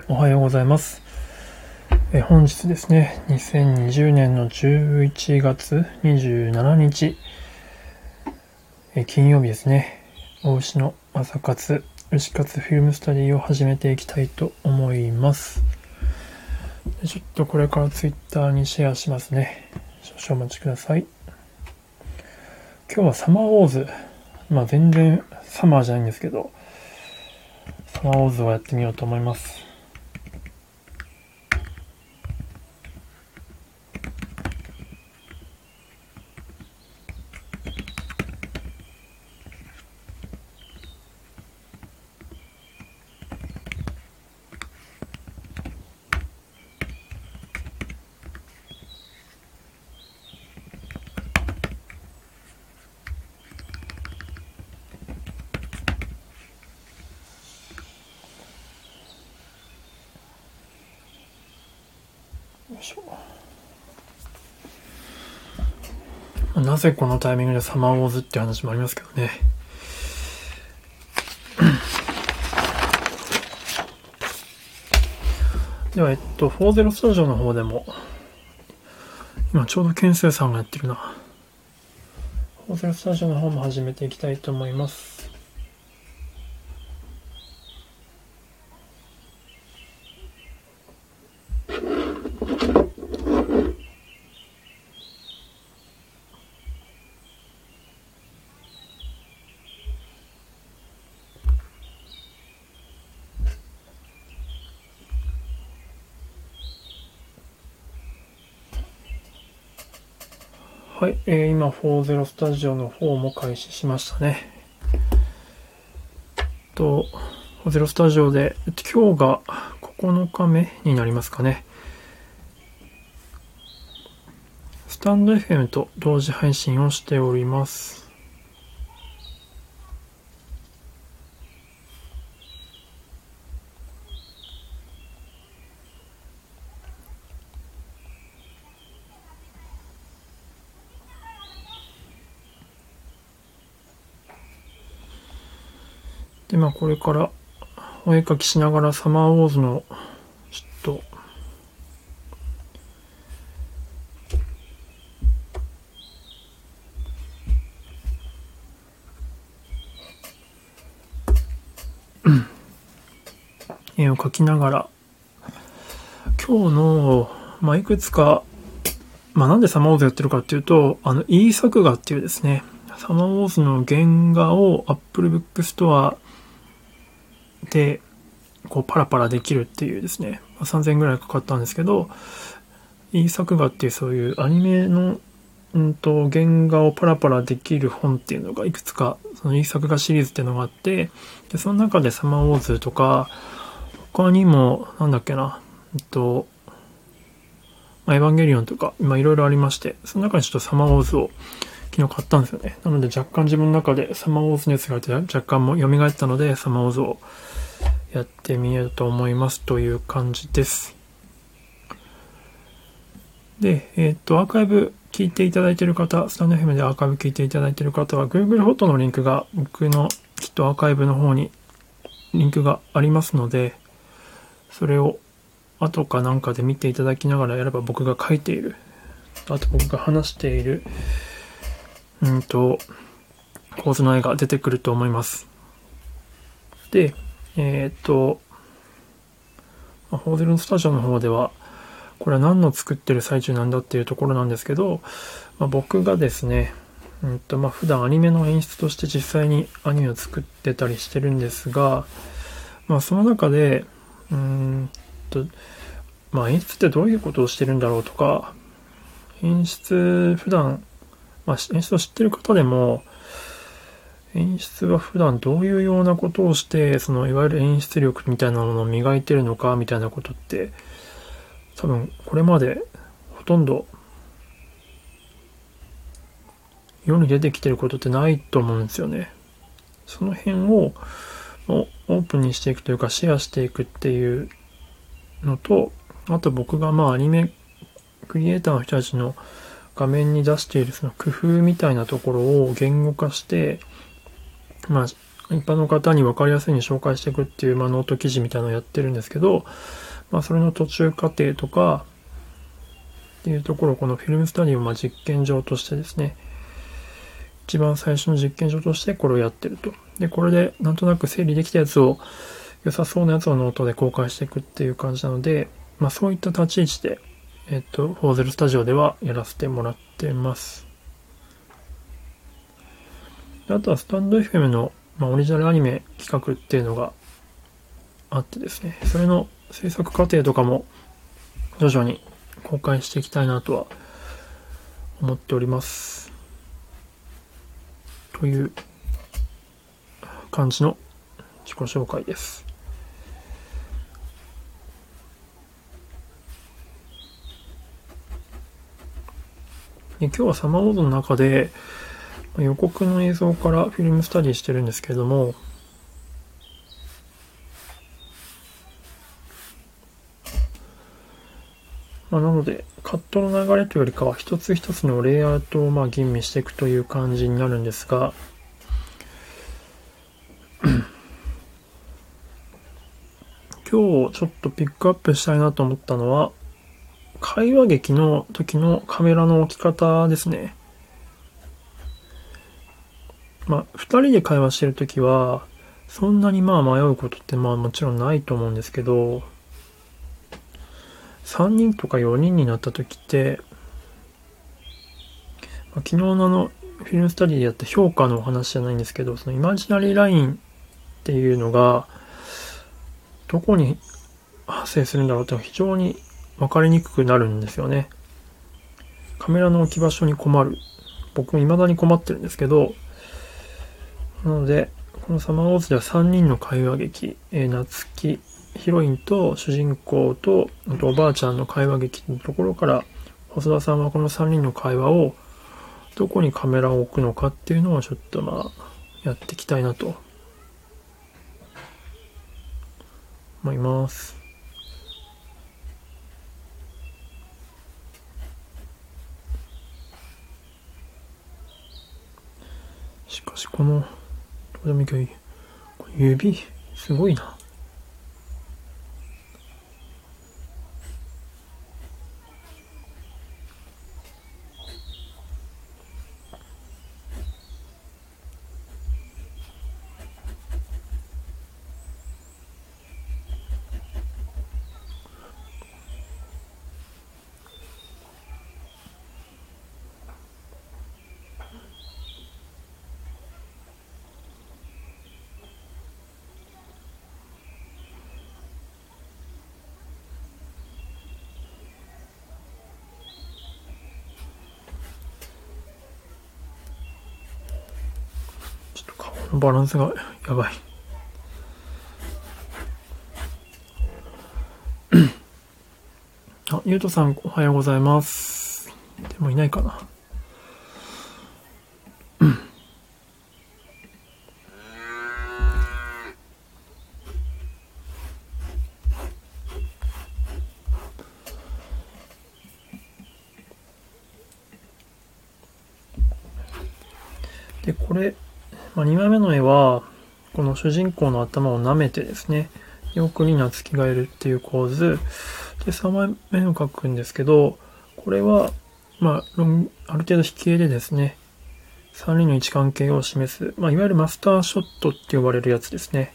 おはようございます。本日ですね、2020年の11月27日、金曜日ですね、お牛の朝活、牛活フィルムスタディを始めていきたいと思います。ちょっとこれからツイッターにシェアしますね。少々お待ちください。今日はサマーウォーズ、全然サマーじゃないんですけど、サマーウォーズをやってみようと思います。なぜこのタイミングでサマーウォーズっていう話もありますけどね。では、40スタジオの方でも、今ちょうどケンセイさんがやってるな。40スタジオの方も始めていきたいと思います。はい、今40スタジオの方も開始しましたね。40スタジオで、今日が9日目になりますかね。スタンド FM と同時配信をしております。で、これからお絵描きしながらサマーウォーズのちょっと絵を描きながら今日の、いくつか、なんでサマーウォーズやってるかっていうと、e 作画っていうですね、サマーウォーズの原画を Apple Book Store でこうパラパラできるっていうですね、3000円ぐらいかかったんですけど、e 作画っていうそういうアニメの原画をパラパラできる本っていうのがいくつか、その e 作画シリーズっていうのがあって、でその中でサマーウォーズとか、他にもエヴァンゲリオンとかいろいろありまして、その中にちょっとサマーウォーズを昨日買ったんですよね。なので若干自分の中でサマーウォーズ熱があって若干も蘇ったので、サマーウォーズをやってみようと思いますという感じです。で、アーカイブ聞いていただいている方、スタンド FM でアーカイブ聞いていただいている方は Google フォトのリンクが僕のきっとアーカイブの方にリンクがありますので、それを後かなんかで見ていただきながらやれば、僕が書いている、あと僕が話している構図の絵が出てくると思います。で、40のスタジオの方ではこれは何の作ってる最中なんだっていうところなんですけど、僕がですね、普段アニメの演出として実際にアニメを作ってたりしてるんですが、その中で演出ってどういうことをしてるんだろうとか、普段、演出を知ってる方でも、演出は普段どういうようなことをして、そのいわゆる演出力みたいなものを磨いてるのかみたいなことって、多分これまでほとんど世に出てきてることってないと思うんですよね。その辺をオープンにしていくというか、シェアしていくっていうのと、あと僕がアニメクリエイターの人たちの画面に出しているその工夫みたいなところを言語化して、 一般の方に分かりやすいように紹介していくっていう、ノート記事みたいなのをやってるんですけど、それの途中過程とかっていうところをこのフィルムスタディを実験場としてですね、一番最初の実験場としてこれをやってると。で、これでなんとなく整理できたやつを、良さそうなやつをノートで公開していくっていう感じなので、そういった立ち位置で、フォーゼルスタジオではやらせてもらってます。であとはスタンド FM の、オリジナルアニメ企画っていうのがあってですね、それの制作過程とかも徐々に公開していきたいなとは思っております。という感じの自己紹介です。で今日はサマーウォードの中で予告の映像からフィルムスタディしてるんですけれども、なのでカットの流れというよりかは一つ一つのレイアウトを吟味していくという感じになるんですが、今日ちょっとピックアップしたいなと思ったのは会話劇の時のカメラの置き方ですね。二人で会話してる時はそんなに迷うことってもちろんないと思うんですけど、3人とか4人になった時って、昨日のフィルムスタディでやった評価のお話じゃないんですけど、そのイマジナリーラインっていうのがどこに発生するんだろうって非常に分かりにくくなるんですよね。カメラの置き場所に困る。僕も未だに困ってるんですけど、なのでこのサマーウォーズでは3人の会話劇、夏希ヒロインと主人公とあとおばあちゃんの会話劇のところから、細田さんはこの3人の会話をどこにカメラを置くのかっていうのをちょっとやっていきたいなと思います。しかしこのどうでもいいけど指すごいな。ちょっと顔のバランスがやばい。ゆうとさんおはようございます。でもいないかな。で、これ、2枚目の絵は、この主人公の頭を舐めてですね、奥に夏希がいるっていう構図。で、3枚目を描くんですけど、これは、ある程度引き絵でですね、3人の位置関係を示す、いわゆるマスターショットって呼ばれるやつですね。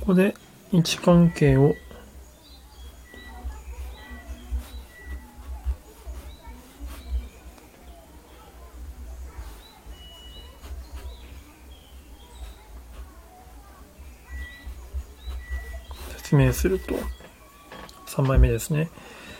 こで位置関係を説明すると、3枚目ですね。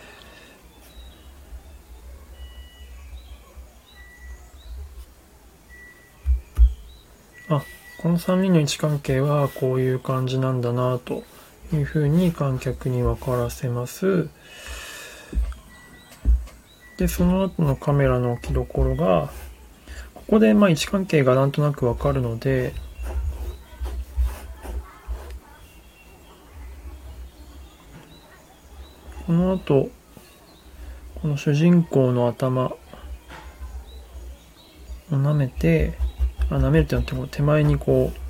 この3人の位置関係はこういう感じなんだなというふうに観客に分からせます。で、その後のカメラの置きどころが、ここで位置関係がなんとなく分かるので、この後、この主人公の頭を舐めて、舐めるってなっても手前に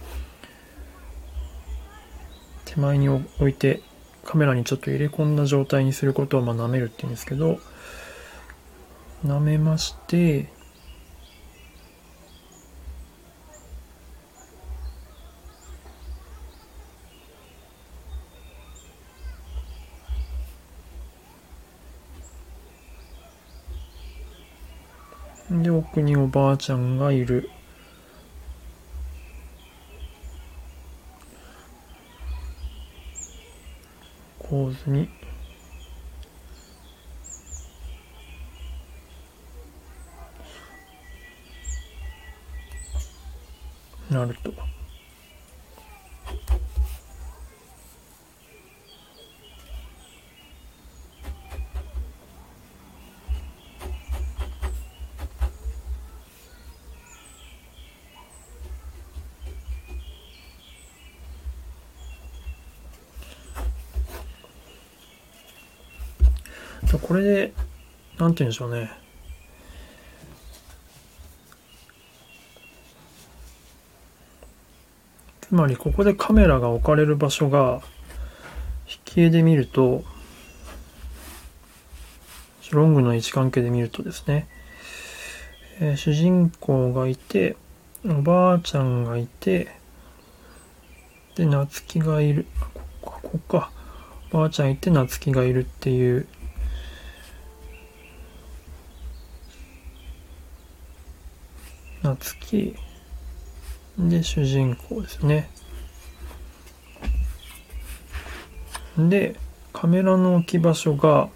置いてカメラにちょっと入れ込んだ状態にすることを舐めるって言うんですけど、舐めまして、で、奥におばあちゃんがいる。構図になると。これで、なんて言うんでしょうね。つまり、ここでカメラが置かれる場所が、引き絵で見ると、ロングの位置関係で見るとですね、主人公がいて、おばあちゃんがいて、で、夏希がいる。ここか。おばあちゃんいて、夏希がいるっていう、夏希で主人公ですね。で、カメラの置き場所が、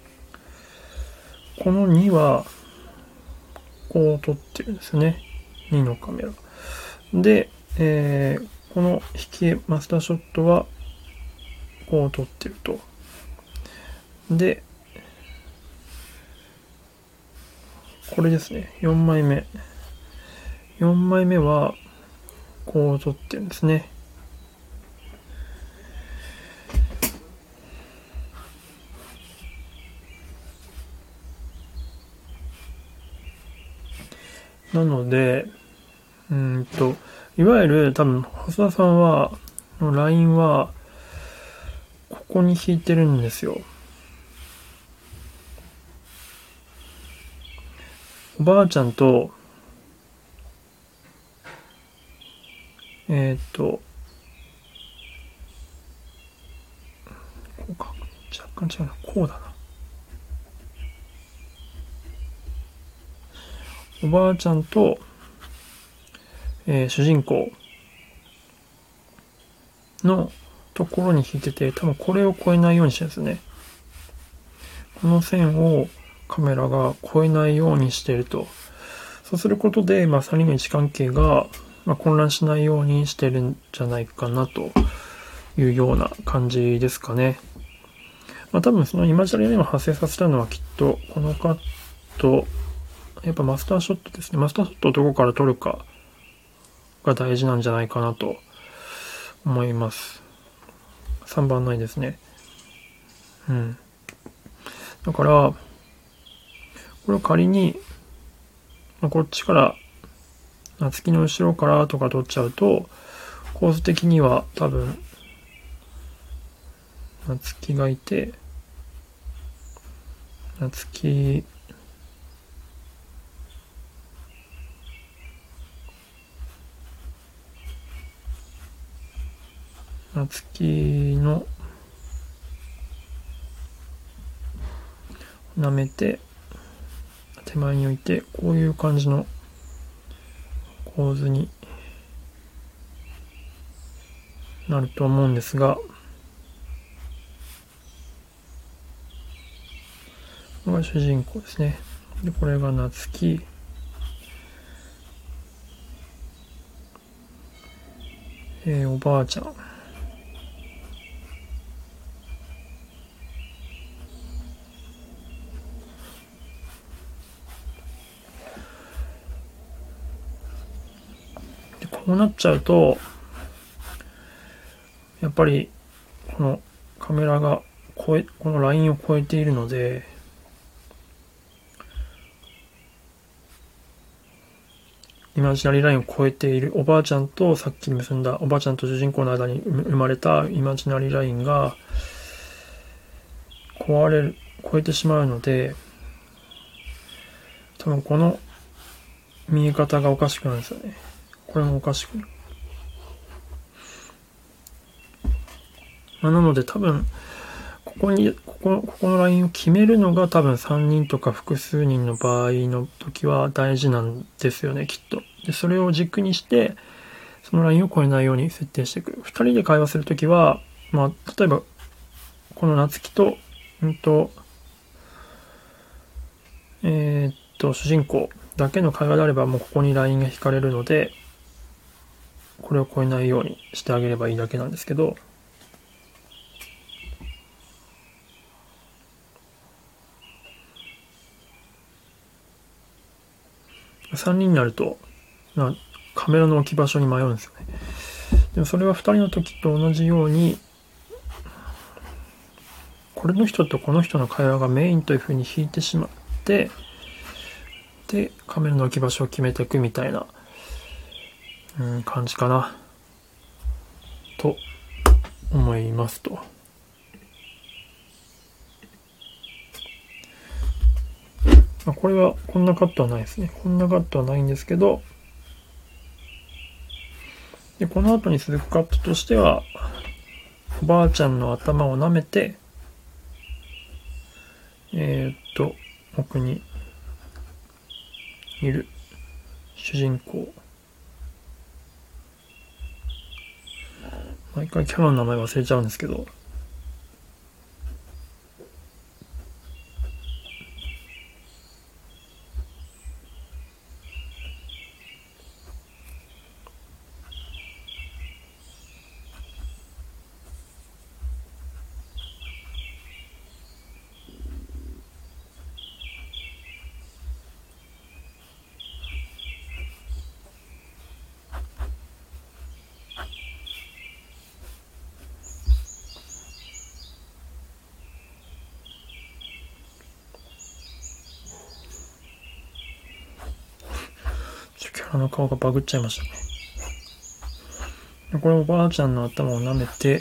この2は、こう撮ってるんですね。2のカメラ。で、この引き絵、マスターショットは、こう撮ってると。で、これですね。4枚目。4枚目は、こう撮ってるんですね。なので、いわゆる多分、細田さんは、のラインは、ここに引いてるんですよ。おばあちゃんと、こうか。若干違うな。こうだな。おばあちゃんと、主人公のところに引いてて、多分これを超えないようにしてるんですね。この線をカメラが超えないようにしていると。そうすることで、3人の位置関係が、混乱しないようにしてるんじゃないかなというような感じですかね。多分そのイマジナリーネームを発生させたのはきっとこのカット、やっぱマスターショットですね。マスターショットをどこから撮るかが大事なんじゃないかなと思います。3番ないですね。だから、これを仮に、こっちから、夏希の後ろからとか撮っちゃうと、構図的には多分、夏希がいて、夏希、 夏希の舐めて手前に置いて、こういう感じの構図になると思うんですが、これが主人公ですね。で、これが夏希、おばあちゃん、でこうなっちゃうとやっぱりこのカメラがこのラインを超えているので、イマジナリーラインを超えているおばあちゃんと、さっき結んだおばあちゃんと主人公の間に生まれたイマジナリーラインが超えてしまうので、多分この見え方がおかしくなるんですよね。これもおかしくなる。なので多分ここのラインを決めるのが多分3人とか複数人の場合の時は大事なんですよね、きっと。で、それを軸にしてそのラインを超えないように設定していく。2人で会話するときは、例えばこの夏希と主人公だけの会話であれば、もうここにラインが引かれるので、これを超えないようにしてあげればいいだけなんですけど、3人になるとカメラの置き場所に迷うんですよね。でもそれは2人の時と同じように、これの人とこの人の会話がメインという風に引いてしまって、でカメラの置き場所を決めていくみたいな感じかなと思いますと。これはこんなカットはないですね。こんなカットはないんですけど、でこの後に続くカットとしては、おばあちゃんの頭を舐めて、奥にいる主人公、毎回キャラの名前忘れちゃうんですけど、キャラの顔がバグっちゃいましたね。これおばあちゃんの頭を舐めて、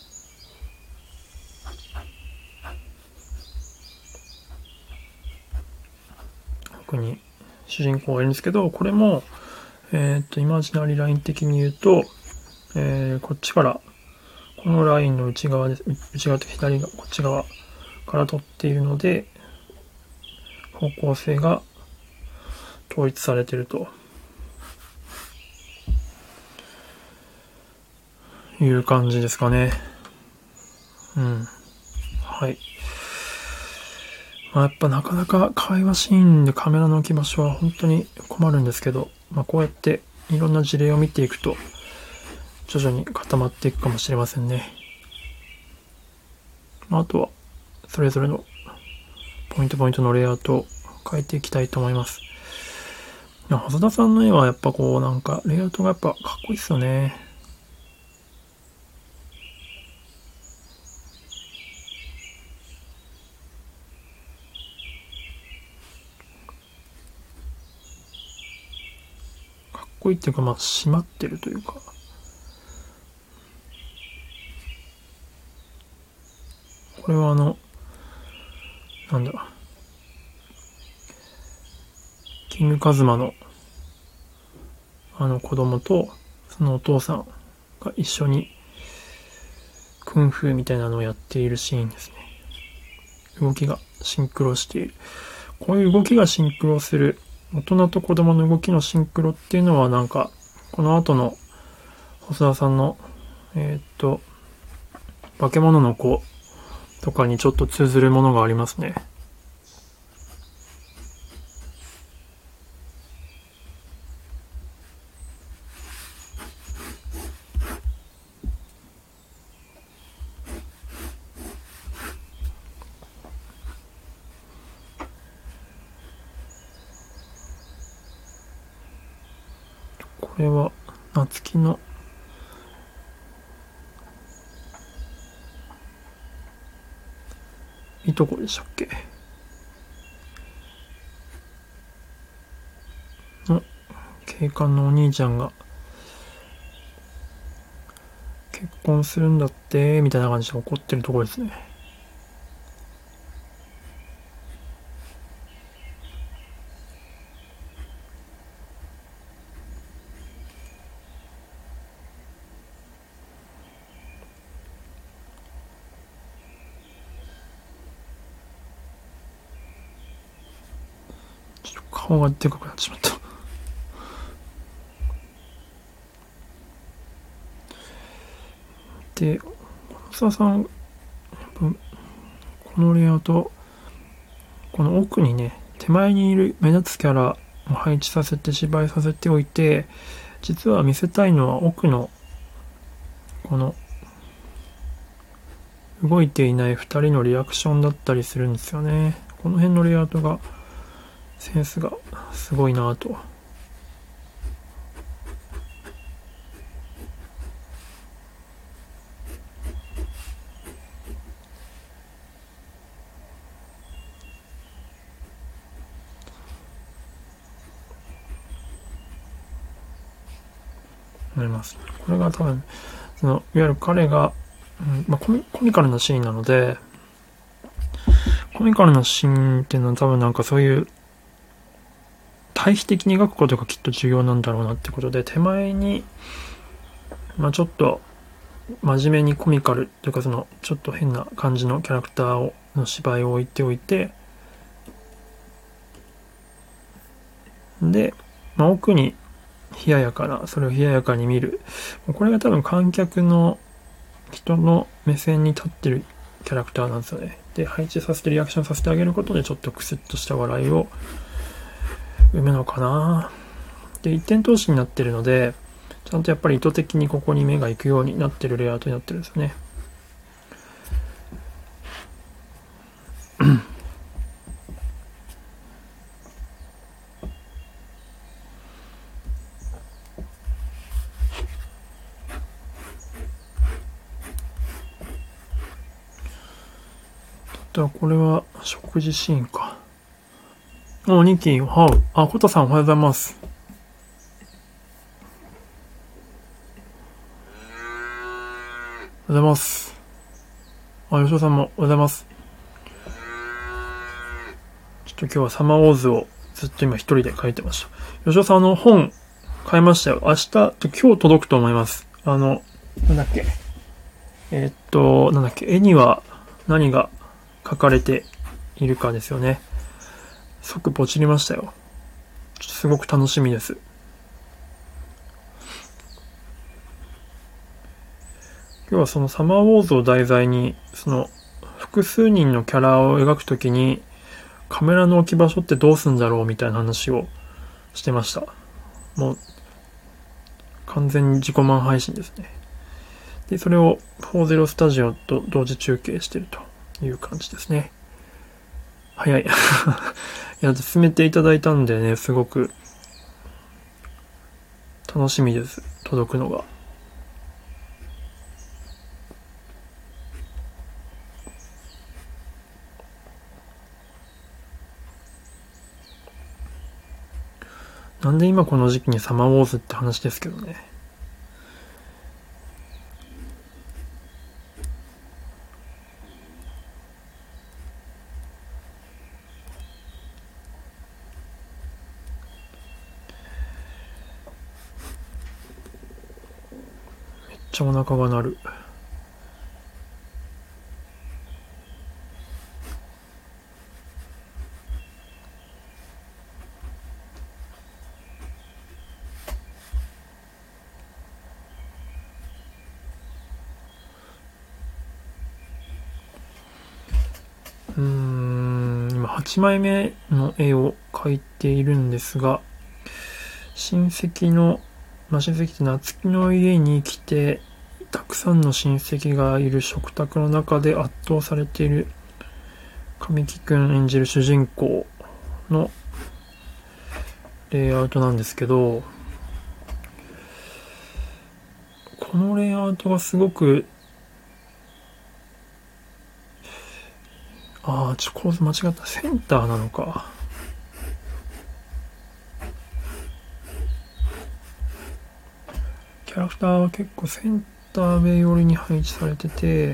奥に主人公がいるんですけど、これもイマジナリーライン的に言うと、こっちからこのラインの内側と左がこっち側から撮っているので、方向性が統一されているという感じですかね。はい。やっぱなかなか会話シーンでカメラの置き場所は本当に困るんですけど、こうやっていろんな事例を見ていくと徐々に固まっていくかもしれませんね。あとはそれぞれのポイントのレイアウトを変えていきたいと思います。細田さんの絵はやっぱレイアウトがやっぱかっこいいっすよね。かっこいいっていうか、締まってるというか。これはキングカズマの子供とそのお父さんが一緒にクンフーみたいなのをやっているシーンですね。動きがシンクロしている。こういう動きがシンクロする、大人と子供の動きのシンクロっていうのはなんか、この後の細田さんの、化け物の子とかにちょっと通ずるものがありますね。これは夏希のいとこでしたっけの警官のお兄ちゃんが結婚するんだってみたいな感じで怒ってるところですね。ちょっと顔がでかくなってしまった。で、細田さん、このレイアウト、この奥にね、手前にいる目立つキャラを配置させて芝居させておいて、実は見せたいのは奥のこの動いていない2人のリアクションだったりするんですよね。この辺のレイアウトがセンスがすごいなぁと。思います。これが多分いわゆる彼が、コミカルなシーンなので、コミカルなシーンっていうのは多分なんかそういう対比的に描くことがきっと重要なんだろうなってことで、手前に、ちょっと真面目にコミカルというかそのちょっと変な感じのキャラクターの芝居を置いておいて、で、奥に冷ややかな、それを冷ややかに見る。これが多分観客の人の目線に立ってるキャラクターなんですよね。で、配置させてリアクションさせてあげることでちょっとクスッとした笑いを生むのかな。で、一点投資になってるので、ちゃんとやっぱり意図的にここに目が行くようになってるレイアウトになってるんですよね。これは食事シーンか。ニキン、ハウ。コタさんおはようございます。おはようございます。吉尾さんもおはようございます。ちょっと今日はサマーウォーズをずっと今一人で書いてました。吉尾さん本買いましたよ。今日届くと思います。なんだっけ。絵には何が書かれているかですよね。即ポチりましたよ。すごく楽しみです。今日はそのサマーウォーズを題材に、その複数人のキャラを描くときにカメラの置き場所ってどうすんだろうみたいな話をしてました。もう完全に自己満配信ですね。で、それを40スタジオと同時中継してるという感じですね。早い。いや、進めていただいたんでね、すごく楽しみです。届くのが。なんで今この時期にサマーウォーズって話ですけどね。めっちゃお腹が鳴る。 今8枚目の絵を描いているんですが、親戚って夏希の家に来て、たくさんの親戚がいる食卓の中で圧倒されている神木くん演じる主人公のレイアウトなんですけど、このレイアウトがすごく構図間違った。センターなのか。キャラクターは結構センター上寄りに配置されてて、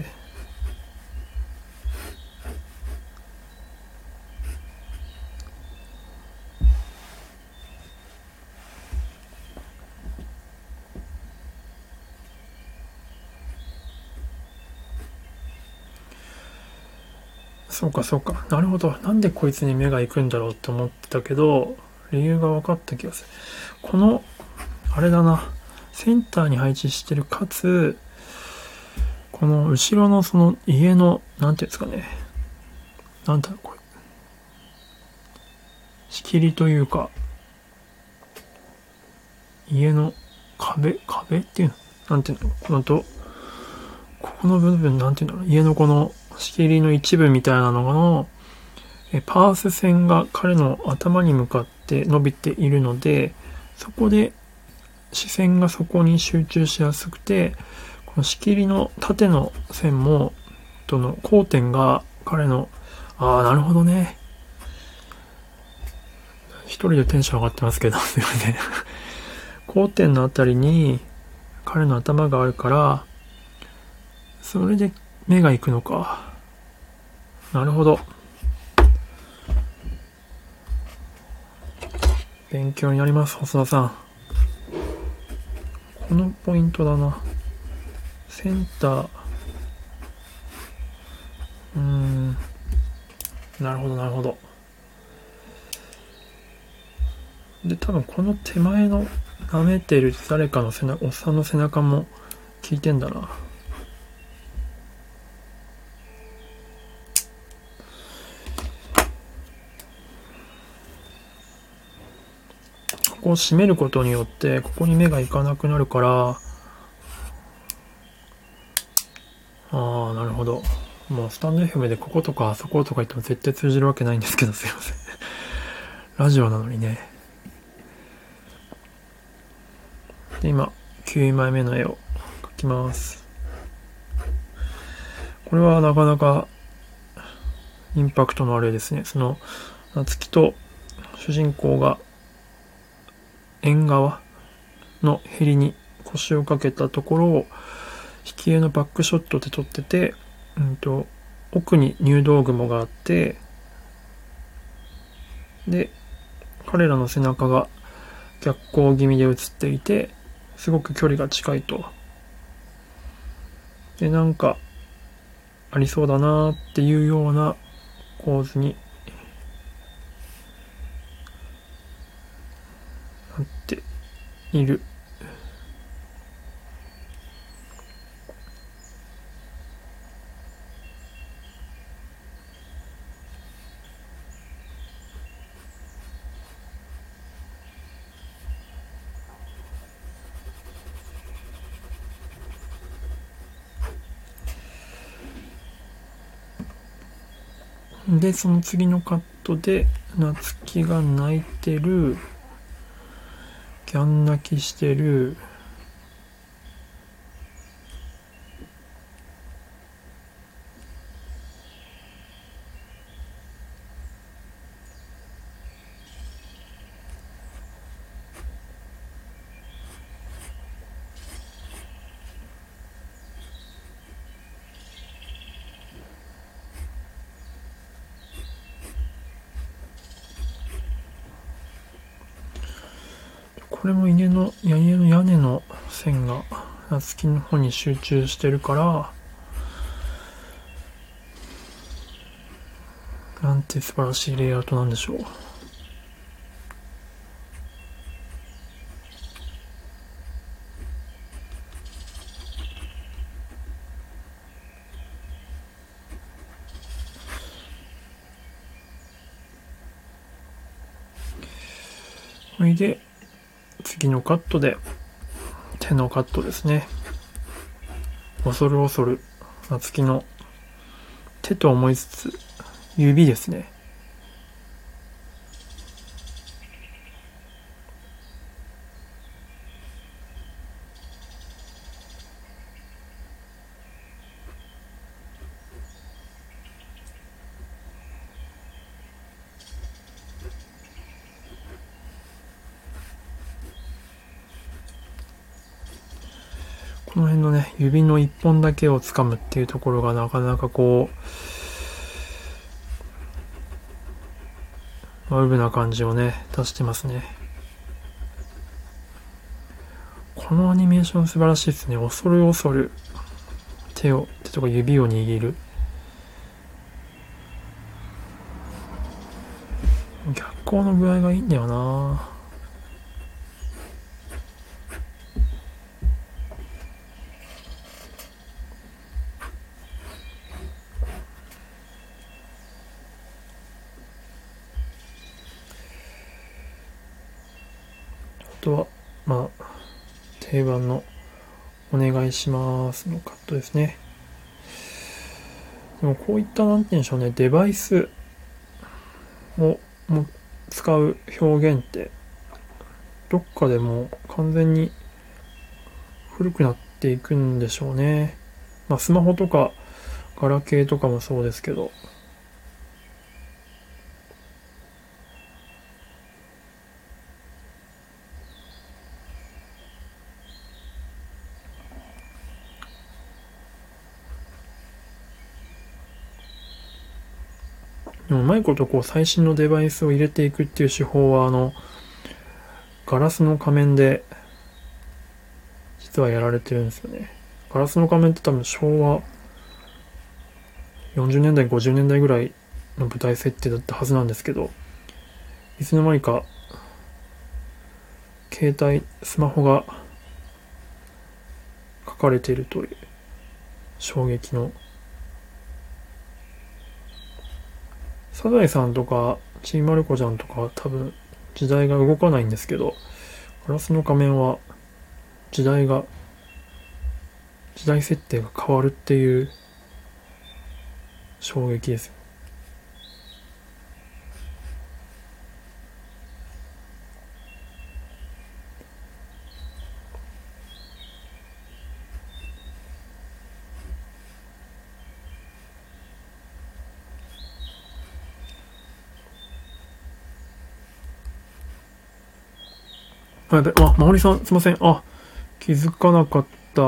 そうか。なるほど。なんでこいつに目が行くんだろうって思ってたけど、理由が分かった気がする。この、あれだな。センターに配置してるかつ、この後ろのその家の、なんていうんですかね。なんだろう、これ。仕切りというか、家の壁っていうのなんていうのここの部分なんていうんだろう。家のこの仕切りの一部みたいなのの、パース線が彼の頭に向かって伸びているので、そこで視線がそこに集中しやすくて、この仕切りの縦の線も、交点が彼の、なるほどね。一人でテンション上がってますけど、すいません。交点のあたりに彼の頭があるから、それで目が行くのか。なるほど。勉強になります、細田さん。このポイントだな。センター。なるほど。で、多分この手前の舐めてる誰かのおっさんの背中も効いてんだな。ここを閉めることによって、ここに目がいかなくなるから、なるほど。もうスタンド FM でこことかあそことか言っても絶対通じるわけないんですけど、すいません。ラジオなのにね。で、今、9枚目の絵を描きます。これはなかなかインパクトのある絵ですね。その、夏希と主人公が縁側のへりに腰をかけたところを引き絵のバックショットで撮ってて、奥に入道雲があって、で、彼らの背中が逆光気味で写っていて、すごく距離が近いと。で、なんか、ありそうだなっていうような構図になっている。で、その次のカットで、夏希が泣いてる、ギャン泣きしてる、これも家の屋根の線が夏希の方に集中してるから、なんて素晴らしいレイアウトなんでしょう。 それで次のカットで手のカットですね。恐る恐る夏希の手と思いつつ指ですね。この辺のね、指の一本だけを掴むっていうところがなかなかこう、ウブな感じをね、出してますね。このアニメーション素晴らしいですね。恐る恐る手とか指を握る。逆光の具合がいいんだよな。あとは、定番のお願いしますのカットですね。でもこういったなんて言うんでしょうね、デバイスを使う表現ってどっかでもう完全に古くなっていくんでしょうね。スマホとかガラケーとかもそうですけど、でもうまいことこう最新のデバイスを入れていくっていう手法はガラスの仮面で実はやられてるんですよね。ガラスの仮面って多分昭和40年代50年代ぐらいの舞台設定だったはずなんですけど、いつの間にかスマホが書かれているという衝撃の。サザエさんとかちいまる子ちゃんとかは多分時代が動かないんですけど、ガラスの仮面は時代設定が変わるっていう衝撃ですよ。まほりさん、すいません。気づかなかった。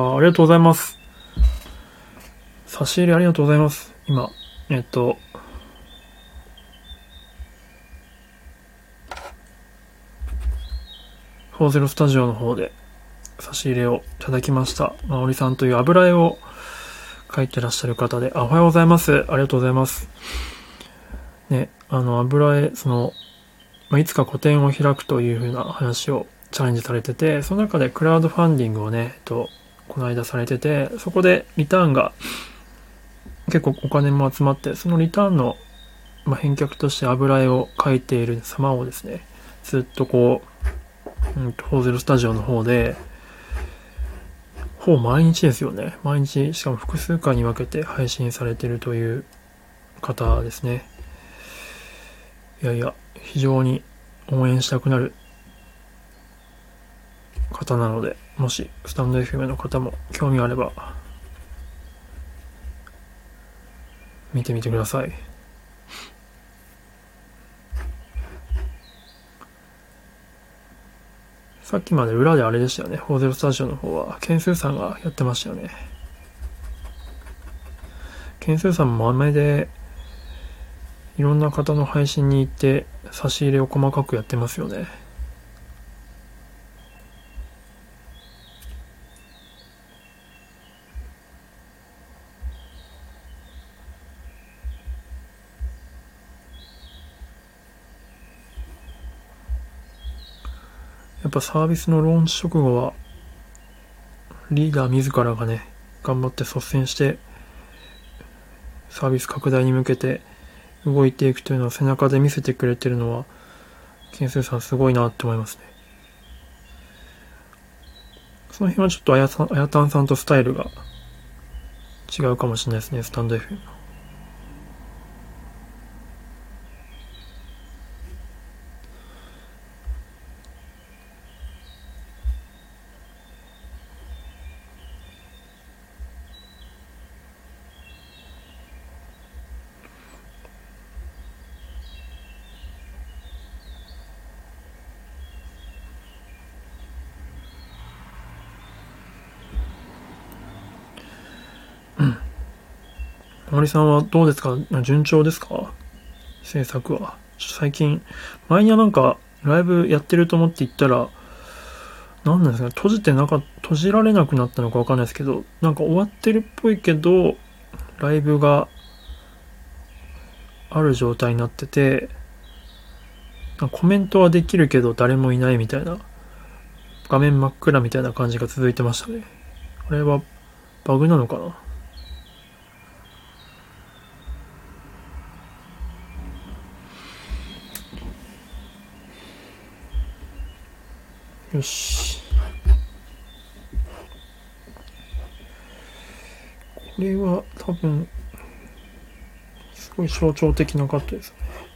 ありがとうございます。差し入れありがとうございます。今、40スタジオの方で差し入れをいただきました。まほりさんという油絵を描いてらっしゃる方で、おはようございます。ありがとうございます。ね、油絵、いつか個展を開くという風な話をチャレンジされてて、その中でクラウドファンディングをね、この間されてて、そこでリターンが結構お金も集まって、そのリターンの、返却として油絵を描いている様をですね、ずっと40スタジオの方で、ほぼ毎日ですよね。毎日、しかも複数回に分けて配信されているという方ですね。いやいや、非常に応援したくなる方なので、もしスタンド FM の方も興味あれば見てみてください。さっきまで裏であれでしたよね。40スタジオの方はケンスーさんがやってましたよね。ケンスーさんも豆でいろんな方の配信に行って差し入れを細かくやってますよね。やっぱサービスのローンチ直後はリーダー自らがね、頑張って率先してサービス拡大に向けて動いていくというのを背中で見せてくれてるのはケンスーさんすごいなって思いますね。その辺はちょっとあやたんさんとスタイルが違うかもしれないですね、スタンド FM の。森さんはどうですか？順調ですか？制作は。最近、前にはなんか、ライブやってると思って行ったら、なんなんですかね、閉じられなくなったのかわかんないですけど、なんか終わってるっぽいけど、ライブがある状態になってて、コメントはできるけど誰もいないみたいな、画面真っ暗みたいな感じが続いてましたね。あれはバグなのかな？よし。これは多分、すごい象徴的なカットですね。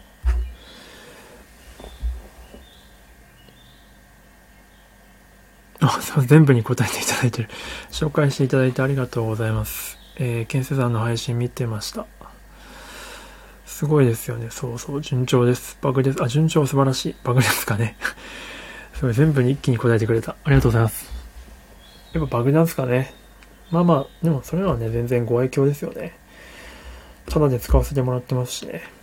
全部に答えていただいてる。紹介していただいてありがとうございます。ケンセさんの配信見てました。すごいですよね。そうそう、順調です。バグです。順調素晴らしい。バグですかね。すごい、全部に一気に答えてくれた。ありがとうございます。やっぱバグなんですかね。まあまあ、でもそれはね、全然ご愛嬌ですよね。ただで使わせてもらってますしね。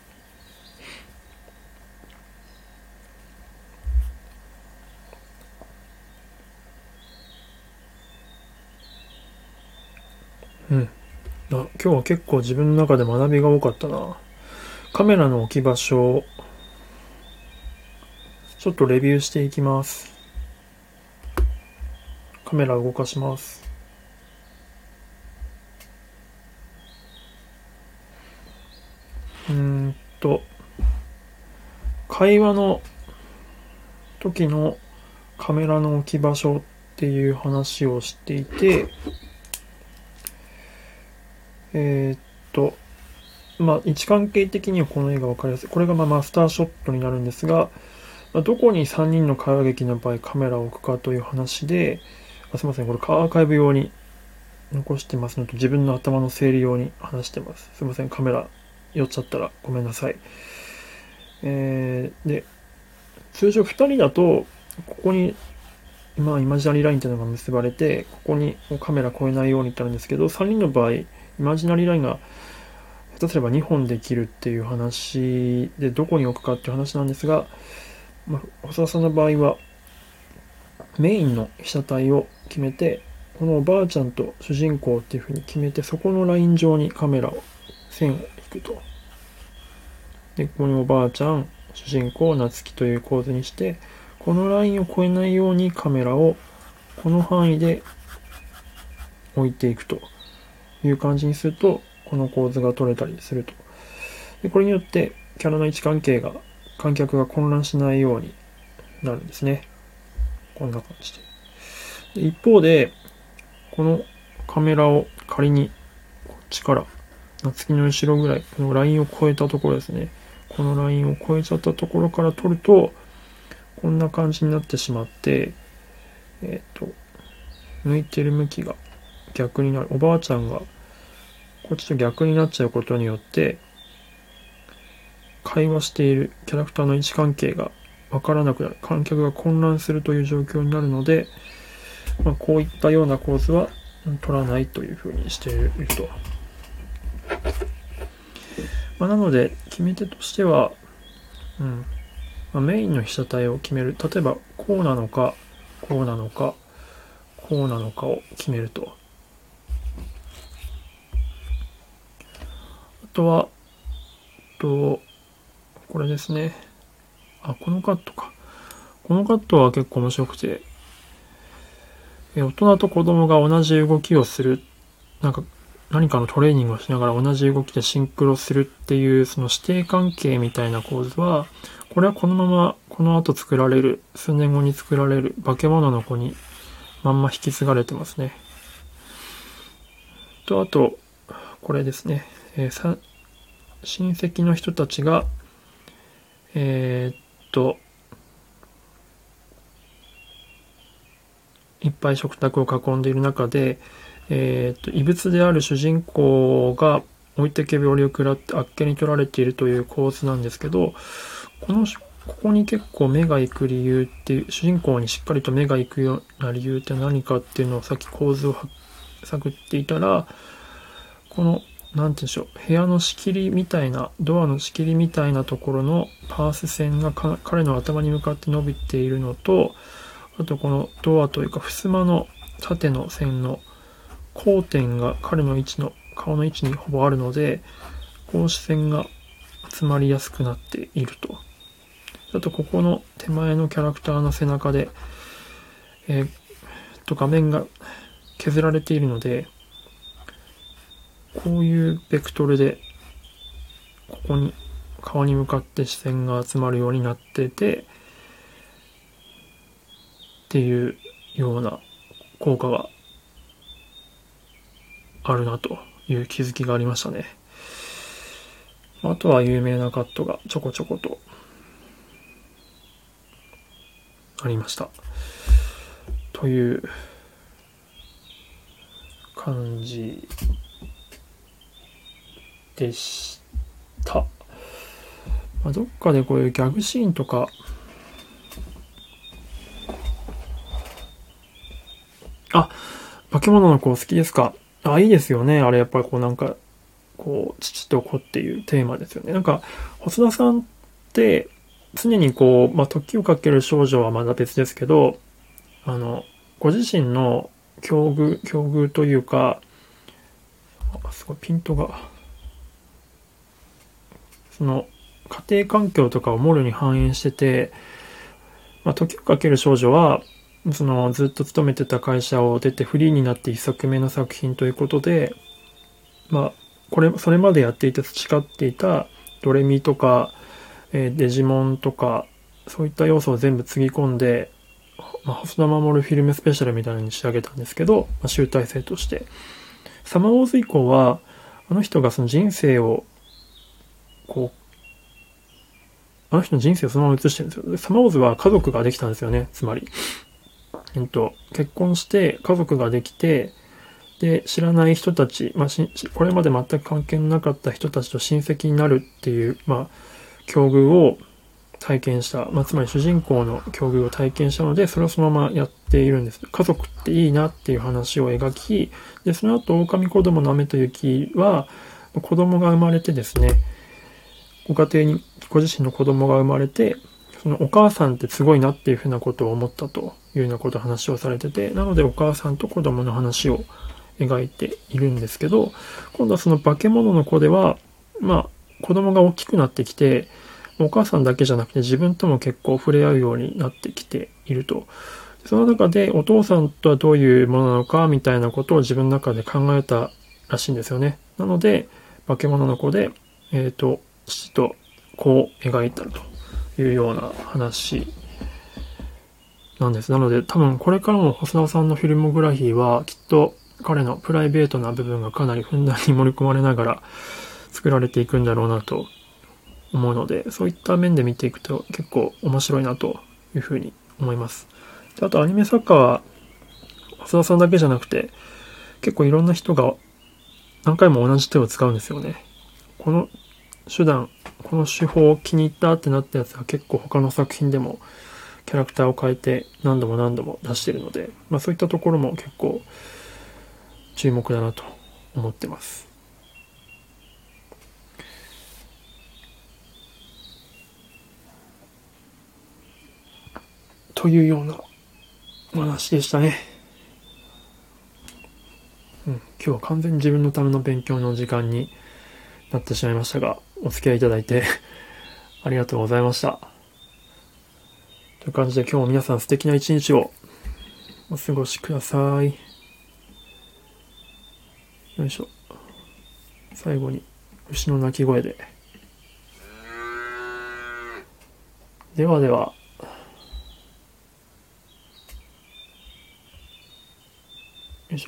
うん。今日は結構自分の中で学びが多かったな。カメラの置き場所をちょっとレビューしていきます。カメラ動かします。会話の時のカメラの置き場所っていう話をしていて、位置関係的にはこの絵が分かりやすい。これがマスターショットになるんですが、どこに3人の会話劇の場合カメラを置くかという話で、すみません、これアーカイブ用に残してますのと、自分の頭の整理用に話してます。すみません、カメラ寄っちゃったらごめんなさい。で、通常2人だと、ここに、イマジナリーラインっていうのが結ばれて、ここにカメラ越えないようにってあるんですけど、3人の場合、イマジナリーラインが下手すれば2本できるっていう話で、どこに置くかっていう話なんですが、細田さんの場合は、メインの被写体を決めて、このおばあちゃんと主人公っていう風に決めて、そこのライン上にカメラを、線を引くと。で、ここにおばあちゃん、主人公、夏希という構図にして、このラインを越えないようにカメラをこの範囲で置いていくという感じにすると、この構図が取れたりすると。で、これによってキャラの位置関係が、観客が混乱しないようになるんですね。こんな感じで。一方で、このカメラを仮にこっちから夏希の後ろぐらい、このラインを越えたところですね。このラインを越えちゃったところから撮ると、こんな感じになってしまって、向いてる向きが逆になる。おばあちゃんがこっちと逆になっちゃうことによって、会話しているキャラクターの位置関係がわからなくなる。観客が混乱するという状況になるので、こういったような構図は取らないというふうにしていると。なので、決め手としては、メインの被写体を決める。例えば、こうなのか、こうなのか、こうなのかを決めると。あとは、これですね。このカットか。このカットは結構面白くて、大人と子供が同じ動きをする。何かのトレーニングをしながら同じ動きでシンクロするっていう、その師弟関係みたいな構図は、 これはこのままこの後作られる、数年後に作られる化け物の子にまんま引き継がれてますね。あと、これですね。親戚の人たちが、いっぱい食卓を囲んでいる中で、異物である主人公が置いてけぼりを食らってあっけに取られているという構図なんですけど、ここに結構目が行く理由っていう、主人公にしっかりと目が行くような理由って何かっていうのをさっき構図を探っていたら、この、なんて言うんでしょう、部屋の仕切りみたいな、ドアの仕切りみたいなところのパース線が彼の頭に向かって伸びているのと、あとこのドアというか、襖の縦の線の交点が彼の顔の位置にほぼあるので、この視線が集まりやすくなっていると。あとここの手前のキャラクターの背中で、画面が削られているので、こういうベクトルで、ここに顔に向かって視線が集まるようになってて、っていうような効果があるなという気づきがありましたね。あとは有名なカットがちょこちょことありました。という感じでした。どっかでこういうギャグシーンとか、化け物の子好きですか？いいですよね。あれやっぱり父と子っていうテーマですよね。細田さんって常に時をかける少女はまだ別ですけど、ご自身の境遇というか、すごいピントが、その家庭環境とかをもろに反映してて、時をかける少女は、ずっと勤めてた会社を出てフリーになって一作目の作品ということで、それまでやっていて培っていたドレミとか、デジモンとか、そういった要素を全部つぎ込んで、細田守フィルムスペシャルみたいに仕上げたんですけど、集大成として。サマーウォーズ以降は、あの人がその人生を、あの人の人生をそのまま映してるんですよ。でサマーウォーズは家族ができたんですよね、つまり。結婚して家族ができて、で、知らない人たち、これまで全く関係のなかった人たちと親戚になるっていう、境遇を体験した、つまり主人公の境遇を体験したので、それをそのままやっているんです。家族っていいなっていう話を描き、で、その後、狼子供の雨と雪は、子供が生まれてですね、ご家庭にご自身の子供が生まれて、そのお母さんってすごいなっていうふうなことを思ったというようなことを話をされてて、なのでお母さんと子供の話を描いているんですけど、今度はその化け物の子では、子供が大きくなってきて、お母さんだけじゃなくて自分とも結構触れ合うようになってきていると。その中でお父さんとはどういうものなのかみたいなことを自分の中で考えたらしいんですよね。なので、化け物の子で、父と子を描いたというような話なんです。なので多分これからも細田さんのフィルモグラフィーはきっと彼のプライベートな部分がかなりふんだんに盛り込まれながら作られていくんだろうなと思うので、そういった面で見ていくと結構面白いなというふうに思います。であとアニメ作家は細田さんだけじゃなくて結構いろんな人が何回も同じ手を使うんですよね。この手法を気に入ったってなったやつは結構他の作品でもキャラクターを変えて何度も出しているので、そういったところも結構注目だなと思ってます。というようなお話でしたね。今日は完全に自分のための勉強の時間になってしまいましたが、お付き合いいただいてありがとうございました。という感じで今日も皆さん素敵な一日をお過ごしください。よいしょ。最後に牛の鳴き声でではでは。